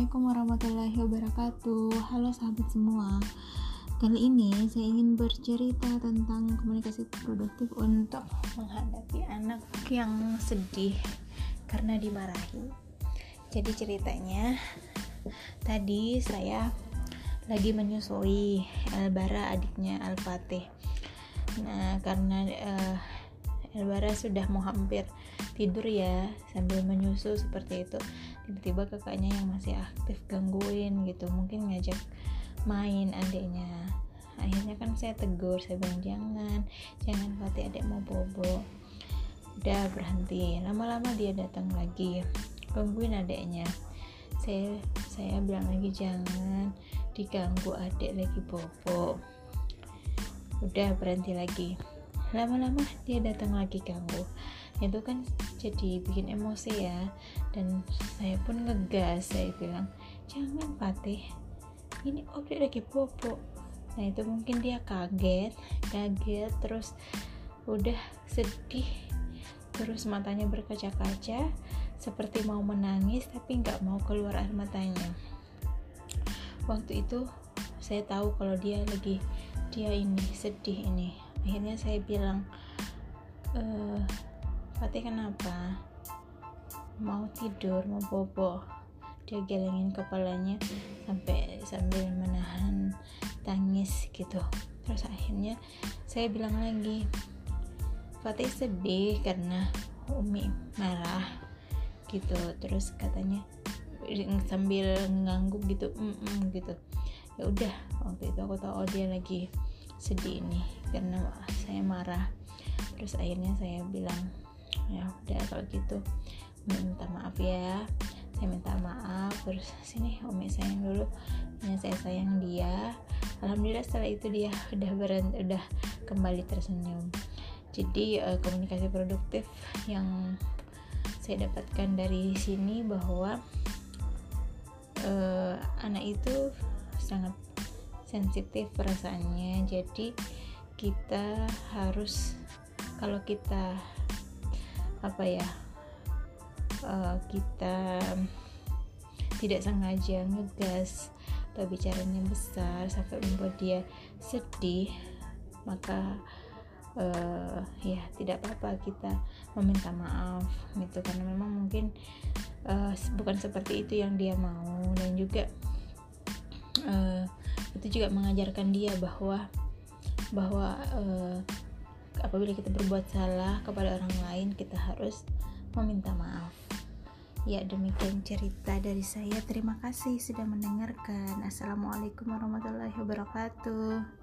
Assalamualaikum warahmatullahi wabarakatuh. Halo sahabat semua. Kali ini saya ingin bercerita tentang komunikasi produktif untuk menghadapi anak yang sedih karena dimarahi. Jadi ceritanya, tadi saya lagi menyusui Elbara, adiknya Al-Fatih. Nah, karena Elbara sudah mau hampir tidur ya, sambil menyusu seperti itu, tiba-tiba kakaknya yang masih aktif gangguin gitu, mungkin ngajak main adiknya. Akhirnya kan saya tegur, saya bilang jangan Fatih, adik mau bobo. Udah berhenti, lama-lama dia datang lagi gangguin adiknya. Saya bilang lagi jangan diganggu, adik lagi bobo. Udah berhenti lagi, lama-lama dia datang lagi ganggu. Itu kan jadi bikin emosi ya, dan saya pun ngegas, saya bilang jangan Fatih, ini adik lagi bobo. Nah itu mungkin dia kaget terus udah sedih, terus matanya berkaca-kaca seperti mau menangis tapi nggak mau keluar air matanya. Waktu itu saya tahu kalau dia ini sedih ini. Akhirnya saya bilang, Fatih kenapa? Mau tidur, mau bobo? Dia gelengin kepalanya sambil menahan tangis gitu. Terus akhirnya saya bilang lagi, Fatih sedih karena Umi marah gitu. Terus katanya sambil ngangguk gitu, gitu. Ya udah, waktu itu aku tahu dia lagi sedih nih karena saya marah. Terus akhirnya saya bilang, ya udah kalau gitu minta maaf ya. Saya minta maaf, terus sini Umi sayang dulu, ya saya sayang dia. Alhamdulillah setelah itu dia udah kembali tersenyum. Jadi komunikasi produktif yang saya dapatkan dari sini bahwa anak itu sangat sensitif perasaannya. Jadi kita harus, kalau kita kita tidak sengaja ngegas atau bicaranya besar sampai membuat dia sedih, maka ya tidak apa-apa kita meminta maaf gitu, karena memang mungkin bukan seperti itu yang dia mau. Dan juga itu juga mengajarkan dia bahwa apabila kita berbuat salah kepada orang lain, kita harus meminta maaf. Ya, demikian cerita dari saya. Terima kasih sudah mendengarkan. Assalamualaikum warahmatullahi wabarakatuh.